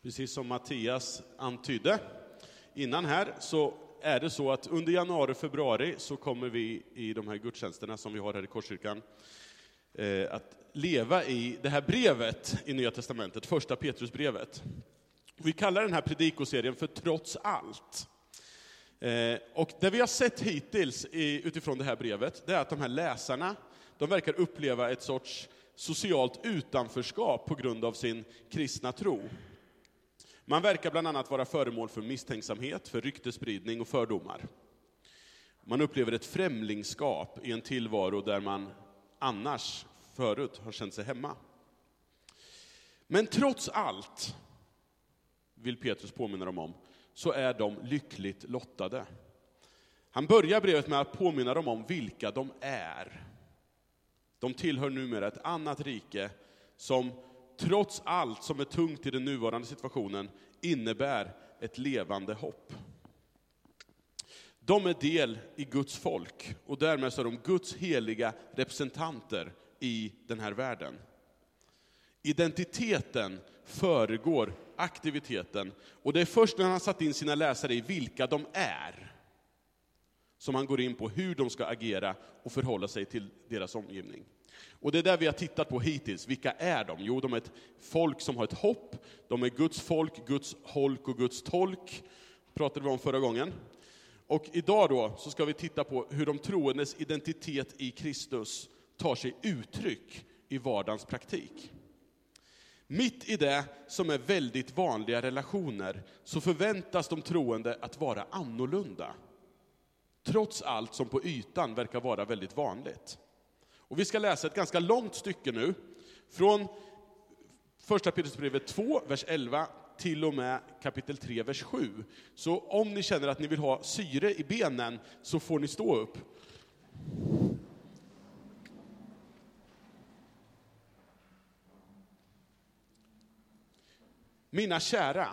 Precis som Mattias antydde innan här, så är det så att under januari och februari så kommer vi i de här gudstjänsterna som vi har här i Korskyrkan att leva i det här brevet i Nya Testamentet, första Petrusbrevet. Vi kallar den här predikoserien för Trots allt. Och det vi har sett hittills utifrån det här brevet, det är att de här läsarna, de verkar uppleva ett sorts socialt utanförskap på grund av sin kristna tro. Man verkar bland annat vara föremål för misstänksamhet, för ryktespridning och fördomar. Man upplever ett främlingskap i en tillvaro där man annars förut har känt sig hemma. Men trots allt, vill Petrus påminna dem om, så är de lyckligt lottade. Han börjar brevet med att påminna dem om vilka de är. De tillhör numera ett annat rike som trots allt som är tungt i den nuvarande situationen innebär ett levande hopp. De är del i Guds folk och därmed så är de Guds heliga representanter i den här världen. Identiteten föregår aktiviteten och det är först när han satt in sina läsare i vilka de är som han går in på hur de ska agera och förhålla sig till deras omgivning. Och det är där vi har tittat på hittills. Vilka är de? Jo, de är ett folk som har ett hopp. De är Guds folk, Guds holk och Guds tolk. Pratade vi om förra gången. Och idag då så ska vi titta på hur de troendes identitet i Kristus tar sig uttryck i vardagens praktik. Mitt i det som är väldigt vanliga relationer så förväntas de troende att vara annorlunda. Trots allt som på ytan verkar vara väldigt vanligt. Och vi ska läsa ett ganska långt stycke nu. Från första Petrusbrevet 2, vers 11 till och med kapitel 3, vers 7. Så om ni känner att ni vill ha syre i benen så får ni stå upp. Mina kära,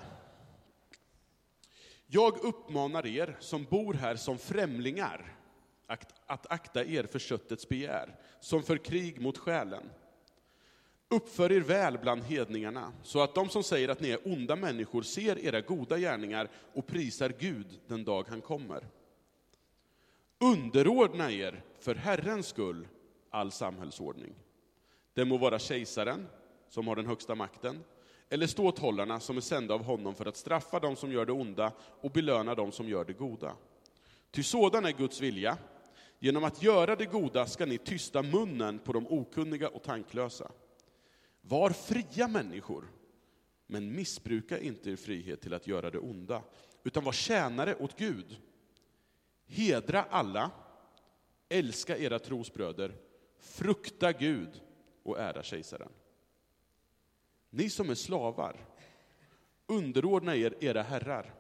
jag uppmanar er som bor här som främlingar att akta er för köttets begär, som för krig mot själen. Uppför er väl bland hedningarna, så att de som säger att ni är onda människor ser era goda gärningar och prisar Gud den dag han kommer. Underordna er för Herrens skull all samhällsordning. Det må vara kejsaren som har den högsta makten, eller ståthållarna som är sända av honom för att straffa dem som gör det onda och belöna dem som gör det goda. Ty sådan är Guds vilja. Genom att göra det goda ska ni tysta munnen på de okunniga och tanklösa. Var fria människor, men missbruka inte er frihet till att göra det onda, utan var tjänare åt Gud. Hedra alla, älska era trosbröder, frukta Gud och ära kejsaren. Ni som är slavar, underordna er era herrar.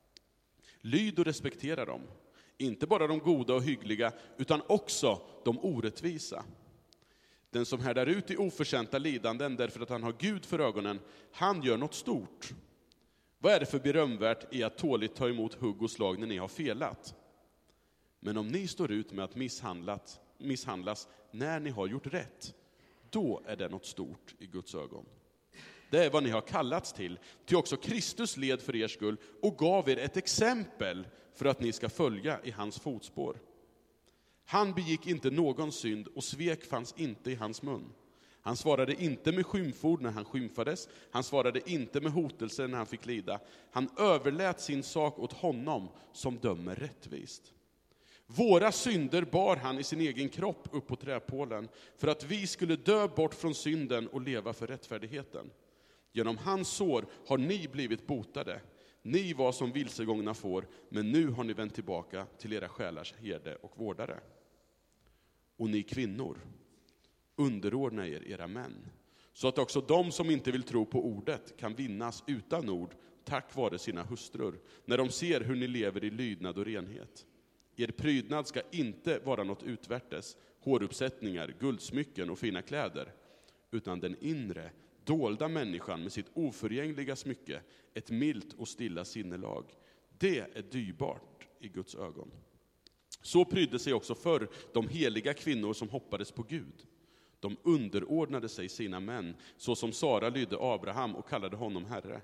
Lyd och respektera dem. Inte bara de goda och hyggliga, utan också de orättvisa. Den som härdar ut i oförtjänta lidanden därför att han har Gud för ögonen, han gör något stort. Vad är det för berömvärt i att tåligt ta emot hugg och slag när ni har felat? Men om ni står ut med att misshandlas när ni har gjort rätt, då är det något stort i Guds ögon. Det är vad ni har kallats till också Kristus led för er skull och gav er ett exempel för att ni ska följa i hans fotspår. Han begick inte någon synd och svek fanns inte i hans mun. Han svarade inte med skymford när han skymfades. Han svarade inte med hotelser när han fick lida. Han överlät sin sak åt honom som dömer rättvist. Våra synder bar han i sin egen kropp upp på träpålen för att vi skulle dö bort från synden och leva för rättfärdigheten. Genom hans sår har ni blivit botade. Ni var som vilsegångna får, men nu har ni vänt tillbaka till era själars herde och vårdare. Och ni kvinnor, underordna er era män, så att också de som inte vill tro på ordet kan vinnas utan ord tack vare sina hustrur, när de ser hur ni lever i lydnad och renhet. Er prydnad ska inte vara något utvärtes, håruppsättningar, guldsmycken och fina kläder, utan den inre, dolda människan med sitt oförgängliga smycke, ett milt och stilla sinnelag. Det är dyrbart i Guds ögon. Så prydde sig också förr de heliga kvinnor som hoppades på Gud. De underordnade sig sina män, så som Sara lydde Abraham och kallade honom herre.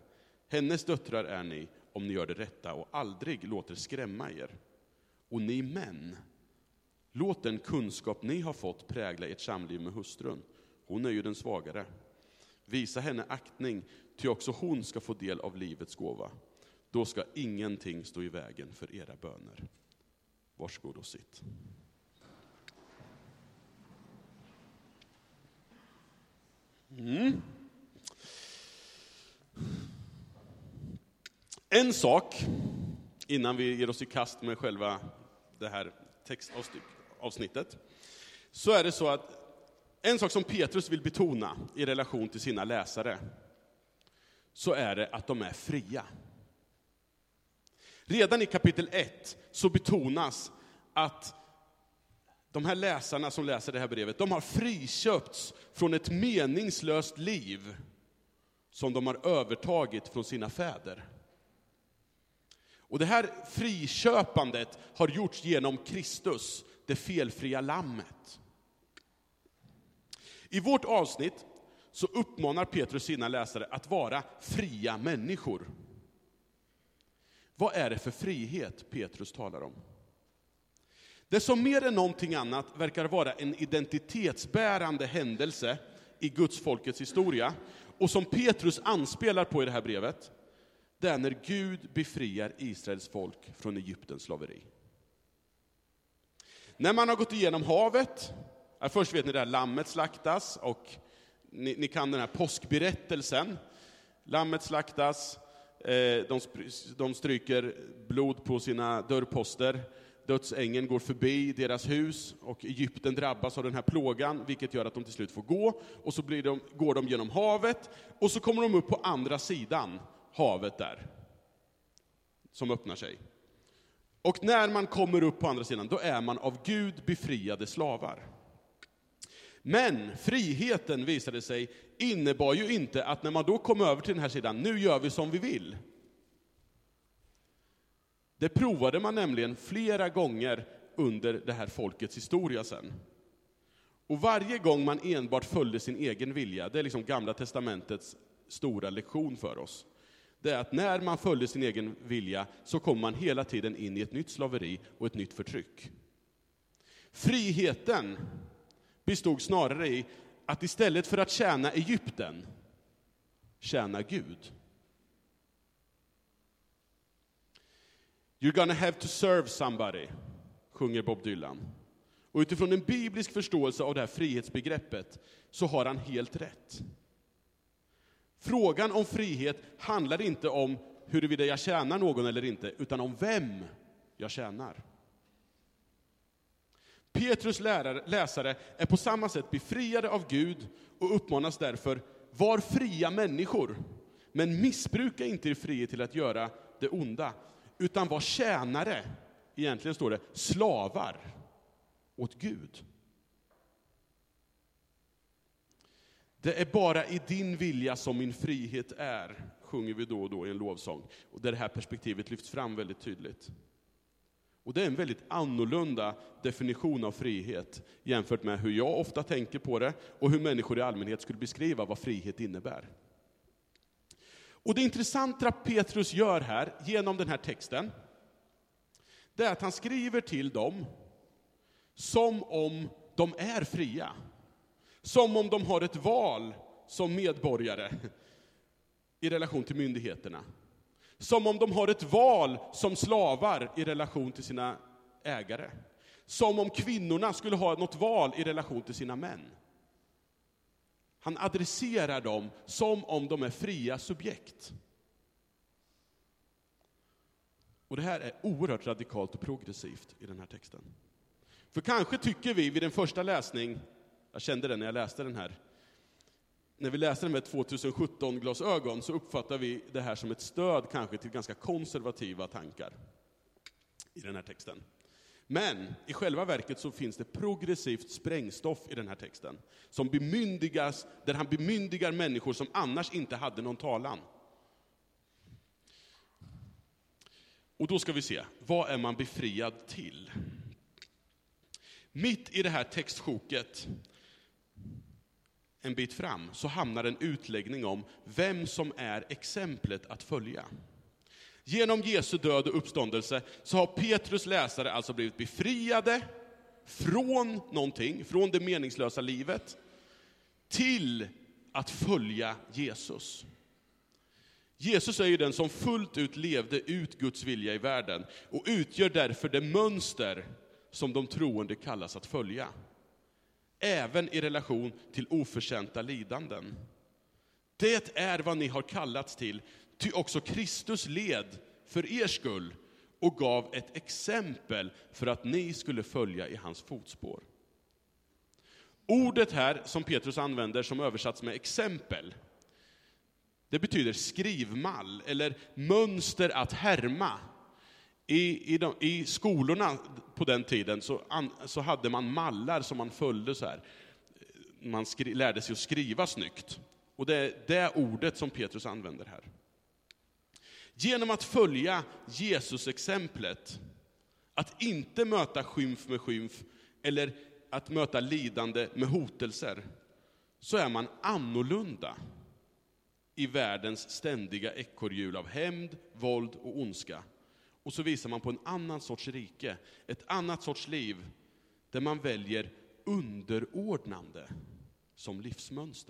Hennes döttrar är ni om ni gör det rätta och aldrig låter skrämma er. Och ni män, låt den kunskap ni har fått prägla ert samliv med hustrun. Hon är ju den svagare. Visa henne aktning, ty också hon ska få del av livets gåva. Då ska ingenting stå i vägen för era böner. Varsågod och sitt. En sak, innan vi ger oss i kast med själva det här textavsnittet, så är det så att en sak som Petrus vill betona i relation till sina läsare, så är det att de är fria. Redan i kapitel 1 så betonas att de här läsarna som läser det här brevet, de har friköpts från ett meningslöst liv som de har övertagit från sina fäder. Och det här friköpandet har gjorts genom Kristus, det felfria lammet. I vårt avsnitt så uppmanar Petrus sina läsare att vara fria människor. Vad är det för frihet Petrus talar om? Det som mer än någonting annat verkar vara en identitetsbärande händelse i Guds folkets historia, och som Petrus anspelar på i det här brevet, det är när Gud befriar Israels folk från Egyptens slaveri. När man har gått igenom havet, först vet ni det här, lammet slaktas, och ni kan den här påskberättelsen. Lammet slaktas, de stryker blod på sina dörrposter, dödsängeln går förbi deras hus och Egypten drabbas av den här plågan, vilket gör att de till slut får gå, och så går de genom havet, och så kommer de upp på andra sidan havet där, som öppnar sig. Och när man kommer upp på andra sidan, då är man av Gud befriade slavar. Men friheten, visade sig, innebar ju inte att när man då kom över till den här sidan, nu gör vi som vi vill. Det provade man nämligen flera gånger under det här folkets historia sen. Och varje gång man enbart följde sin egen vilja, det är liksom Gamla testamentets stora lektion för oss. Det är att när man följde sin egen vilja så kom man hela tiden in i ett nytt slaveri och ett nytt förtryck. Friheten bestod snarare i att istället för att tjäna Egypten, tjäna Gud. You're gonna have to serve somebody, sjunger Bob Dylan. Och utifrån en biblisk förståelse av det här frihetsbegreppet så har han helt rätt. Frågan om frihet handlar inte om huruvida jag tjänar någon eller inte, utan om vem jag tjänar. Petrus läsare är på samma sätt befriade av Gud och uppmanas därför: var fria människor, men missbruka inte er frihet till att göra det onda, utan var tjänare, egentligen står det slavar, åt Gud. Det är bara i din vilja som min frihet är, sjunger vi då och då i en lovsång. Och där det här perspektivet lyfts fram väldigt tydligt. Och det är en väldigt annorlunda definition av frihet jämfört med hur jag ofta tänker på det och hur människor i allmänhet skulle beskriva vad frihet innebär. Och det intressanta Petrus gör här genom den här texten, det är att han skriver till dem som om de är fria. Som om de har ett val som medborgare i relation till myndigheterna. Som om de har ett val som slavar i relation till sina ägare. Som om kvinnorna skulle ha något val i relation till sina män. Han adresserar dem som om de är fria subjekt. Och det här är oerhört radikalt och progressivt i den här texten. För kanske tycker vi vid en första läsning, jag kände det när jag läste den här, när vi läste den med 2017-glasögon så uppfattar vi det här som ett stöd kanske till ganska konservativa tankar i den här texten. Men i själva verket så finns det progressivt sprängstoff i den här texten som bemyndigas, där han bemyndigar människor som annars inte hade någon talan. Och då ska vi se, vad är man befriad till? Mitt i det här textsjoket en bit fram så hamnar en utläggning om vem som är exemplet att följa. Genom Jesu död och uppståndelse så har Petrus läsare alltså blivit befriade från någonting, från det meningslösa livet, till att följa Jesus. Jesus är ju den som fullt ut levde ut Guds vilja i världen och utgör därför det mönster som de troende kallas att följa. Även i relation till oförtjänta lidanden. Det är vad ni har kallats till, ty också Kristus led för er skull och gav ett exempel för att ni skulle följa i hans fotspår. Ordet här som Petrus använder som översatts med exempel, det betyder skrivmall eller mönster att härma. I skolorna på den tiden så hade man mallar som man följde så här. Man lärde sig att skriva snyggt. Och det är det ordet som Petrus använder här. Genom att följa Jesus exemplet, att inte möta skymf med skymf eller att möta lidande med hotelser, så är man annorlunda i världens ständiga ekorrhjul av hämnd, våld och ondska. Och så visar man på en annan sorts rike, ett annat sorts liv, där man väljer underordnande som livsmönster.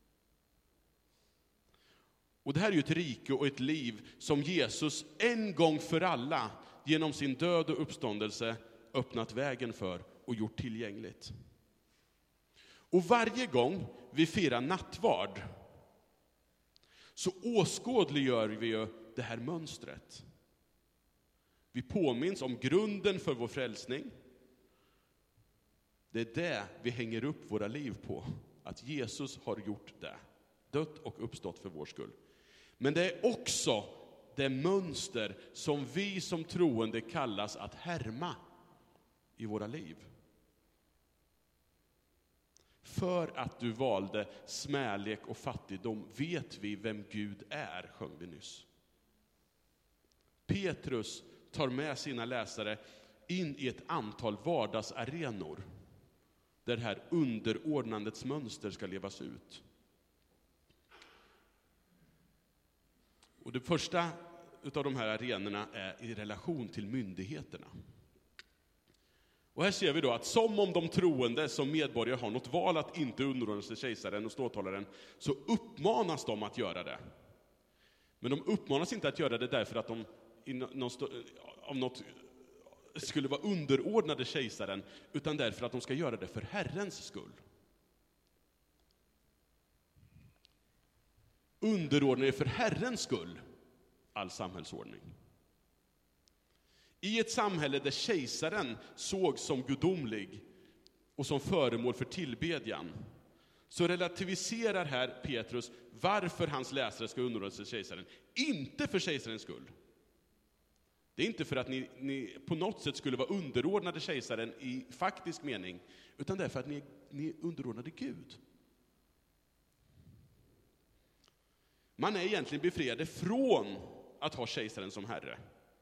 Och det här är ju ett rike och ett liv som Jesus en gång för alla genom sin död och uppståndelse öppnat vägen för och gjort tillgängligt. Och varje gång vi firar nattvard så åskådliggör vi ju det här mönstret. Vi påminns om grunden för vår frälsning. Det är det vi hänger upp våra liv på. Att Jesus har gjort det. Dött och uppstått för vår skull. Men det är också det mönster som vi som troende kallas att härma i våra liv. För att du valde smälek och fattigdom vet vi vem Gud är, sjöng vi nyss. Petrus tar med sina läsare in i ett antal vardagsarenor där det här underordnandets mönster ska levas ut. Och det första utav de här arenorna är i relation till myndigheterna. Och här ser vi då att som om de troende som medborgare har något val att inte underordna sig kejsaren och ståthållaren, så uppmanas de att göra det. Men de uppmanas inte att göra det därför att de av något skulle vara underordnade kejsaren, utan därför att de ska göra det för Herrens skull. Underordnade för Herrens skull, all samhällsordning. I ett samhälle där kejsaren sågs som gudomlig och som föremål för tillbedjan, så relativiserar här Petrus varför hans läsare ska underordna sig kejsaren. Inte för kejsarens skull. Det är inte för att ni på något sätt skulle vara underordnade kejsaren i faktisk mening, utan därför att ni är underordnade Gud. Man är egentligen befriade från att ha kejsaren som herre.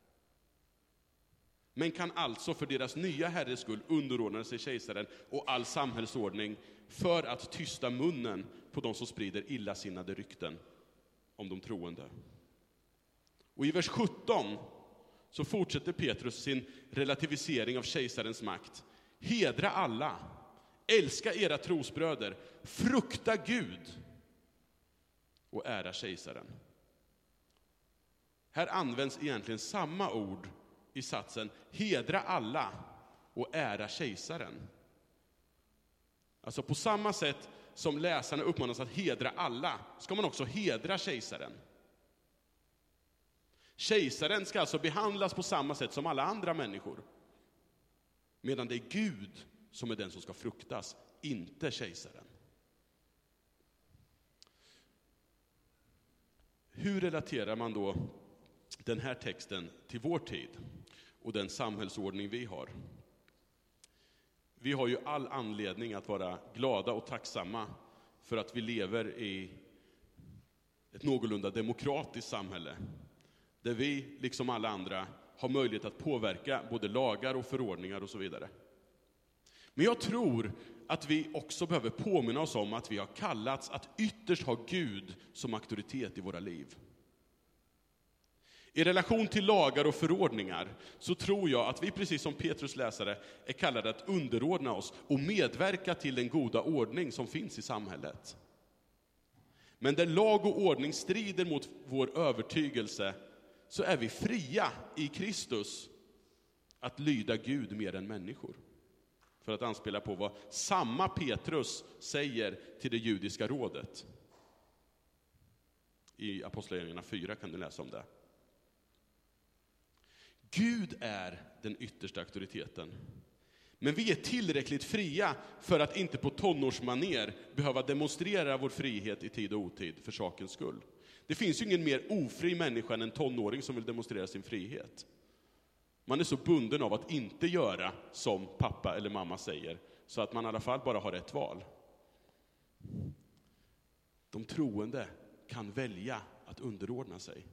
Men kan alltså för deras nya herres skull underordna sig kejsaren och all samhällsordning för att tysta munnen på de som sprider illasinnade rykten om de troende. Och i vers 17 så fortsätter Petrus sin relativisering av kejsarens makt. Hedra alla, älska era trosbröder, frukta Gud och ära kejsaren. Här används egentligen samma ord i satsen hedra alla och ära kejsaren. Alltså på samma sätt som läsarna uppmanas att hedra alla ska man också hedra kejsaren. Kejsaren ska alltså behandlas på samma sätt som alla andra människor. Medan det är Gud som är den som ska fruktas, inte kejsaren. Hur relaterar man då den här texten till vår tid och den samhällsordning vi har? Vi har ju all anledning att vara glada och tacksamma för att vi lever i ett någorlunda demokratiskt samhälle. Där vi, liksom alla andra, har möjlighet att påverka både lagar och förordningar och så vidare. Men jag tror att vi också behöver påminna oss om att vi har kallats att ytterst ha Gud som auktoritet i våra liv. I relation till lagar och förordningar så tror jag att vi, precis som Petrus läsare, är kallade att underordna oss och medverka till den goda ordning som finns i samhället. Men där lag och ordning strider mot vår övertygelse så är vi fria i Kristus att lyda Gud mer än människor. För att anspela på vad samma Petrus säger till det judiska rådet. I Apostlagärningarna 4 kan du läsa om det. Gud är den yttersta auktoriteten. Men vi är tillräckligt fria för att inte på tonårsmaner behöva demonstrera vår frihet i tid och otid för sakens skull. Det finns ju ingen mer ofri människa än en tonåring som vill demonstrera sin frihet. Man är så bunden av att inte göra som pappa eller mamma säger, så att man i alla fall bara har ett val. De troende kan välja att underordna sig.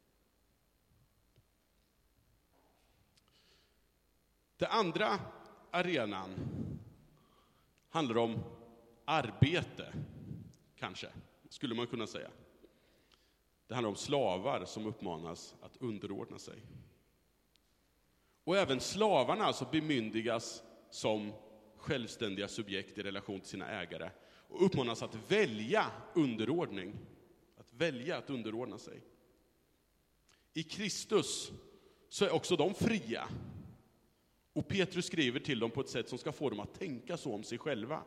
Det andra arenan handlar om arbete, kanske, skulle man kunna säga. Det handlar om slavar som uppmanas att underordna sig. Och även slavarna alltså bemyndigas som självständiga subjekt i relation till sina ägare och uppmanas att välja underordning, att välja att underordna sig. I Kristus så är också de fria. Och Petrus skriver till dem på ett sätt som ska få dem att tänka så om sig själva.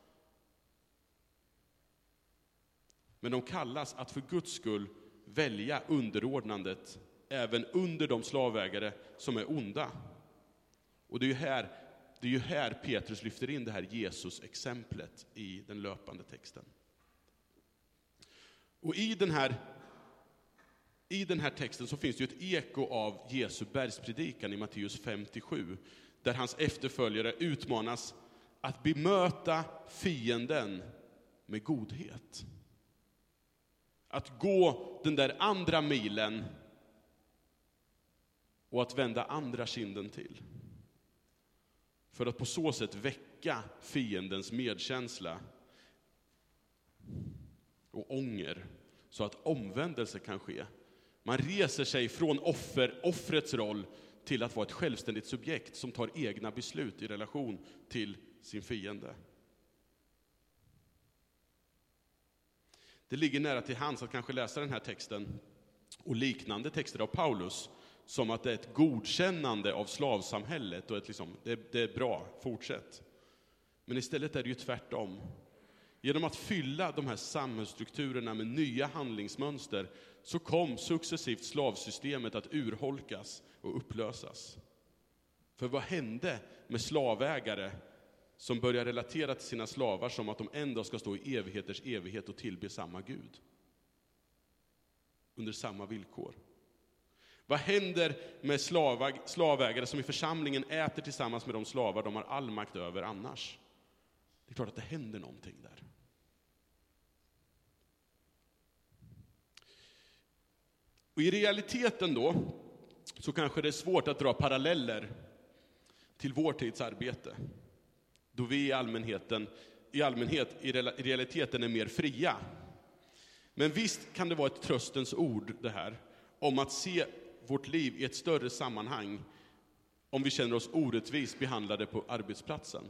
Men de kallas att för Guds skull välja underordnandet även under de slavägare som är onda. Och det är ju här Petrus lyfter in det här Jesus-exemplet i den löpande texten. Och i den här texten så finns det ju ett eko av Jesu bergspredikan i Matteus 57, där hans efterföljare utmanas att bemöta fienden med godhet. Att gå den där andra milen och att vända andra kinden till. För att på så sätt väcka fiendens medkänsla och ånger så att omvändelse kan ske. Man reser sig från offrets roll till att vara ett självständigt subjekt som tar egna beslut i relation till sin fiende. Det ligger nära till hands att kanske läsa den här texten och liknande texter av Paulus som att det är ett godkännande av slavsamhället och det är bra, fortsätt. Men istället är det ju tvärtom. Genom att fylla de här samhällsstrukturerna med nya handlingsmönster så kom successivt slavsystemet att urholkas och upplösas. För vad hände med slavägare som börjar relatera till sina slavar som att de ändå ska stå i evigheters evighet och tillbe samma Gud? Under samma villkor. Vad händer med slavägare som i församlingen äter tillsammans med de slavar de har all makt över annars? Det är klart att det händer någonting där. Och i realiteten då så kanske det är svårt att dra paralleller till vår tids arbete. Då vi i realiteten är mer fria. Men visst kan det vara ett tröstens ord det här om att se vårt liv i ett större sammanhang om vi känner oss orättvist behandlade på arbetsplatsen.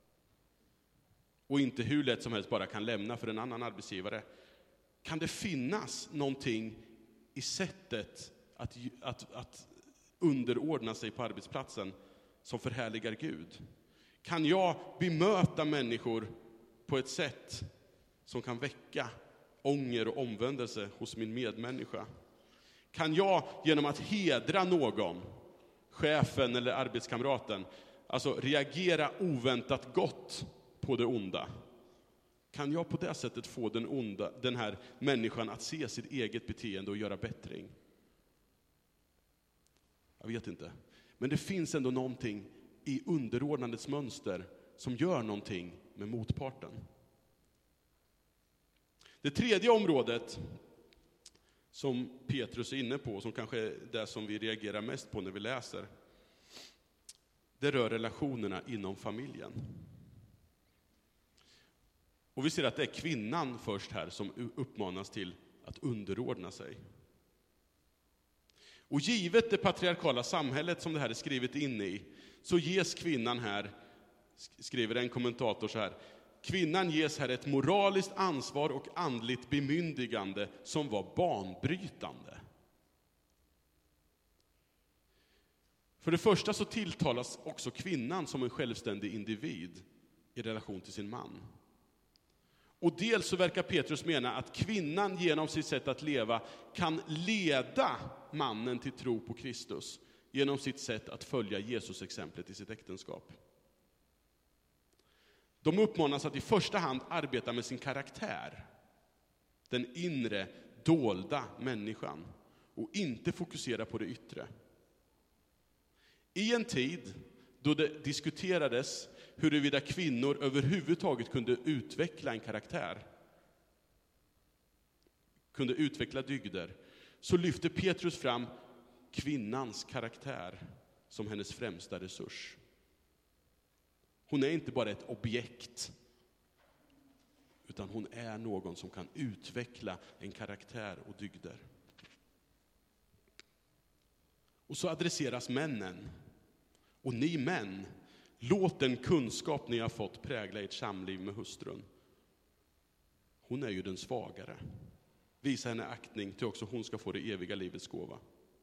Och inte hur lätt som helst bara kan lämna för en annan arbetsgivare. Kan det finnas någonting i sättet att underordna sig på arbetsplatsen som förhärligar Gud? Kan jag bemöta människor på ett sätt som kan väcka ånger och omvändelse hos min medmänniska? Kan jag genom att hedra någon, chefen eller arbetskamraten, alltså reagera oväntat gott på det onda? Kan jag på det sättet få den här människan att se sitt eget beteende och göra bättring? Jag vet inte. Men det finns ändå någonting i underordnandets mönster som gör någonting med motparten. Det tredje området som Petrus är inne på, som kanske är det som vi reagerar mest på när vi läser, det rör relationerna inom familjen. Och vi ser att det är kvinnan först här som uppmanas till att underordna sig. Och givet det patriarkala samhället som det här är skrivet in i, så ges kvinnan här, skriver en kommentator så här: kvinnan ges här ett moraliskt ansvar och andligt bemyndigande som var banbrytande. För det första så tilltalas också kvinnan som en självständig individ i relation till sin man. Och dels så verkar Petrus mena att kvinnan genom sitt sätt att leva kan leda mannen till tro på Kristus genom sitt sätt att följa Jesus-exemplet i sitt äktenskap. De uppmanas att i första hand arbeta med sin karaktär, den inre, dolda människan, och inte fokusera på det yttre. I en tid då det diskuterades huruvida kvinnor överhuvudtaget kunde utveckla en karaktär, kunde utveckla dygder, så lyfter Petrus fram kvinnans karaktär som hennes främsta resurs. Hon är inte bara ett objekt, utan hon är någon som kan utveckla en karaktär och dygder. Och så adresseras männen. Och ni män, låt den kunskap ni har fått prägla ert samliv med hustrun. Hon är ju den svagare. Visa henne aktning till också hon ska få det eviga livets gåva.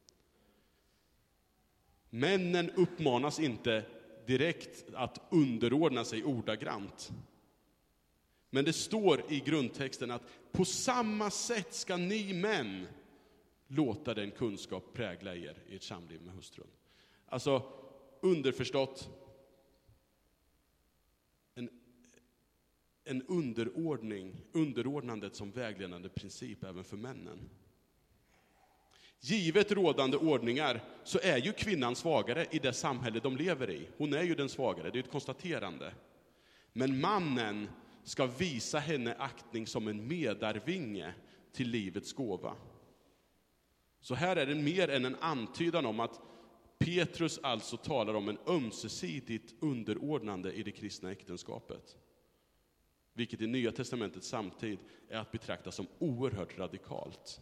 Männen uppmanas inte direkt att underordna sig ordagrant. Men det står i grundtexten att på samma sätt ska ni män låta den kunskap prägla er i ert samliv med hustrun. Alltså underförstått en underordnandet som vägledande princip även för männen. Givet rådande ordningar så är ju kvinnan svagare i det samhälle de lever i. Hon är ju den svagare, det är ett konstaterande. Men mannen ska visa henne aktning som en medarvinge till livets gåva. Så här är det mer än en antydan om att Petrus alltså talar om en ömsesidigt underordnande i det kristna äktenskapet. Vilket i Nya testamentets samtid är att betrakta som oerhört radikalt.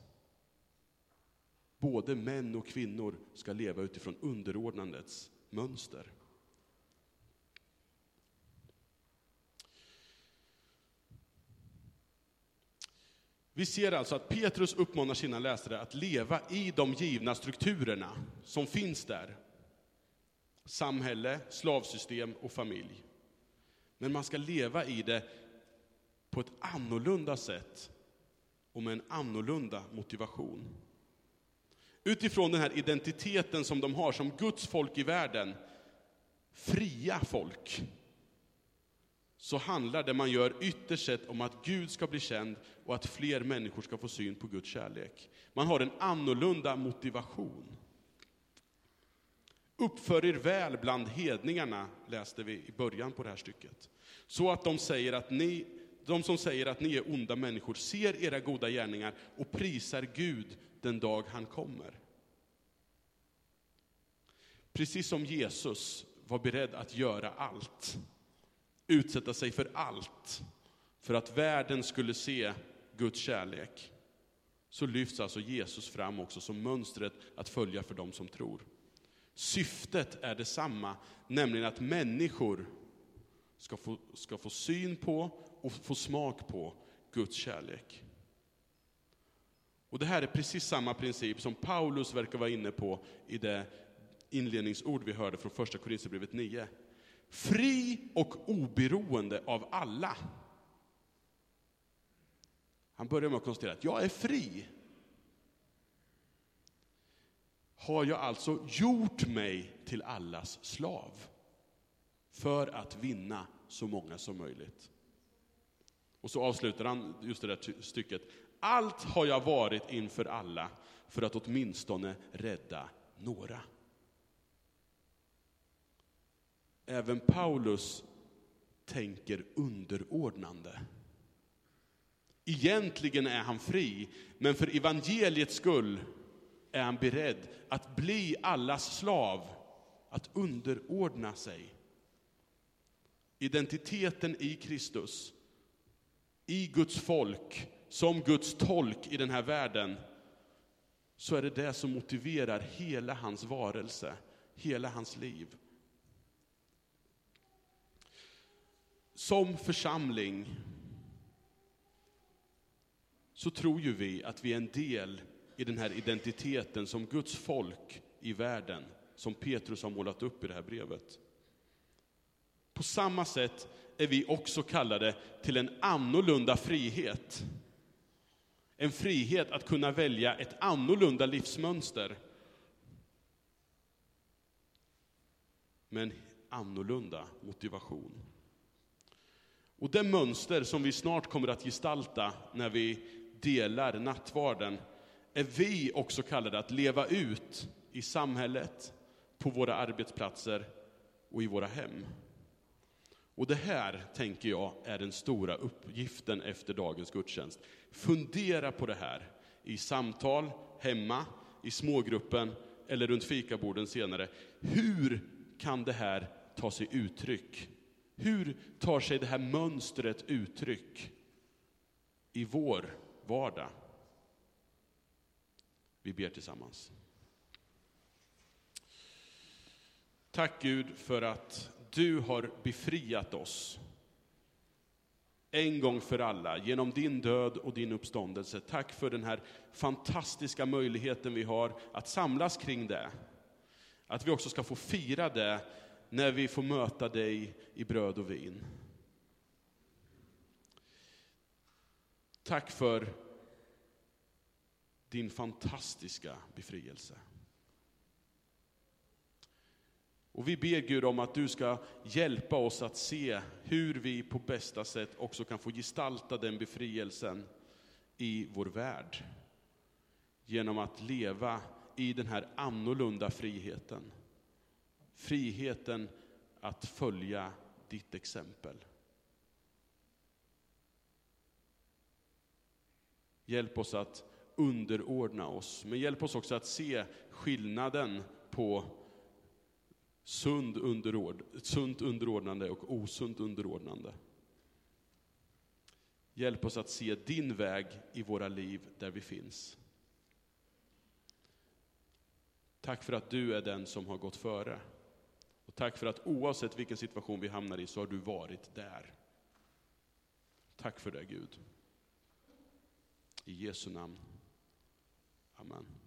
Både män och kvinnor ska leva utifrån underordnandets mönster. Vi ser alltså att Petrus uppmanar sina läsare att leva i de givna strukturerna som finns där. Samhälle, slavsystem och familj. Men man ska leva i det på ett annorlunda sätt och med en annorlunda motivation. Utifrån den här identiteten som de har som Guds folk i världen, fria folk, så handlar det man gör ytterst sett om att Gud ska bli känd och att fler människor ska få syn på Guds kärlek. Man har en annorlunda motivation. Uppför er väl bland hedningarna, läste vi i början på det här stycket. Så att de som säger att ni är onda människor ser era goda gärningar och prisar Gud den dag han kommer. Precis som Jesus var beredd att göra allt, utsätta sig för allt, för att världen skulle se Guds kärlek, så lyfts alltså Jesus fram också som mönstret att följa för dem som tror. Syftet är detsamma, nämligen att människor ska få syn på och få smak på Guds kärlek. Och det här är precis samma princip som Paulus verkar vara inne på i det inledningsord vi hörde från första Korinthierbrevet 9. Fri och oberoende av alla. Han börjar med att konstatera att jag är fri. Har jag alltså gjort mig till allas slav för att vinna så många som möjligt. Och så avslutar han just det där stycket. Allt har jag varit inför alla för att åtminstone rädda några. Även Paulus tänker underordnande. Egentligen är han fri, men för evangeliets skull är han beredd att bli allas slav, att underordna sig. Identiteten i Kristus i Guds folk, som Guds tolk i den här världen, så är det som motiverar hela hans varelse, hela hans liv. Som församling så tror ju vi att vi är en del i den här identiteten som Guds folk i världen, som Petrus har målat upp i det här brevet. På samma sätt är vi också kallade till en annorlunda frihet. En frihet att kunna välja ett annorlunda livsmönster. Men annorlunda motivation. Och det mönster som vi snart kommer att gestalta när vi delar nattvarden är vi också kallade att leva ut i samhället, på våra arbetsplatser och i våra hem. Och det här, tänker jag, är den stora uppgiften efter dagens gudstjänst. Fundera på det här i samtal, hemma, i smågruppen eller runt fikaborden senare. Hur kan det här ta sig uttryck? Hur tar sig det här mönstret uttryck i vår vardag? Vi ber tillsammans. Tack Gud för att du har befriat oss en gång för alla genom din död och din uppståndelse. Tack för den här fantastiska möjligheten vi har att samlas kring det. Att vi också ska få fira det när vi får möta dig i bröd och vin. Tack för din fantastiska befrielse. Och vi ber Gud om att du ska hjälpa oss att se hur vi på bästa sätt också kan få gestalta den befrielsen i vår värld. Genom att leva i den här annorlunda friheten. Friheten att följa ditt exempel. Hjälp oss att underordna oss, men hjälp oss också att se skillnaden på sunt underordnande och osunt underordnande. Hjälp oss att se din väg i våra liv där vi finns. Tack för att du är den som har gått före. Och tack för att oavsett vilken situation vi hamnar i så har du varit där. Tack för det Gud. I Jesu namn. Amen.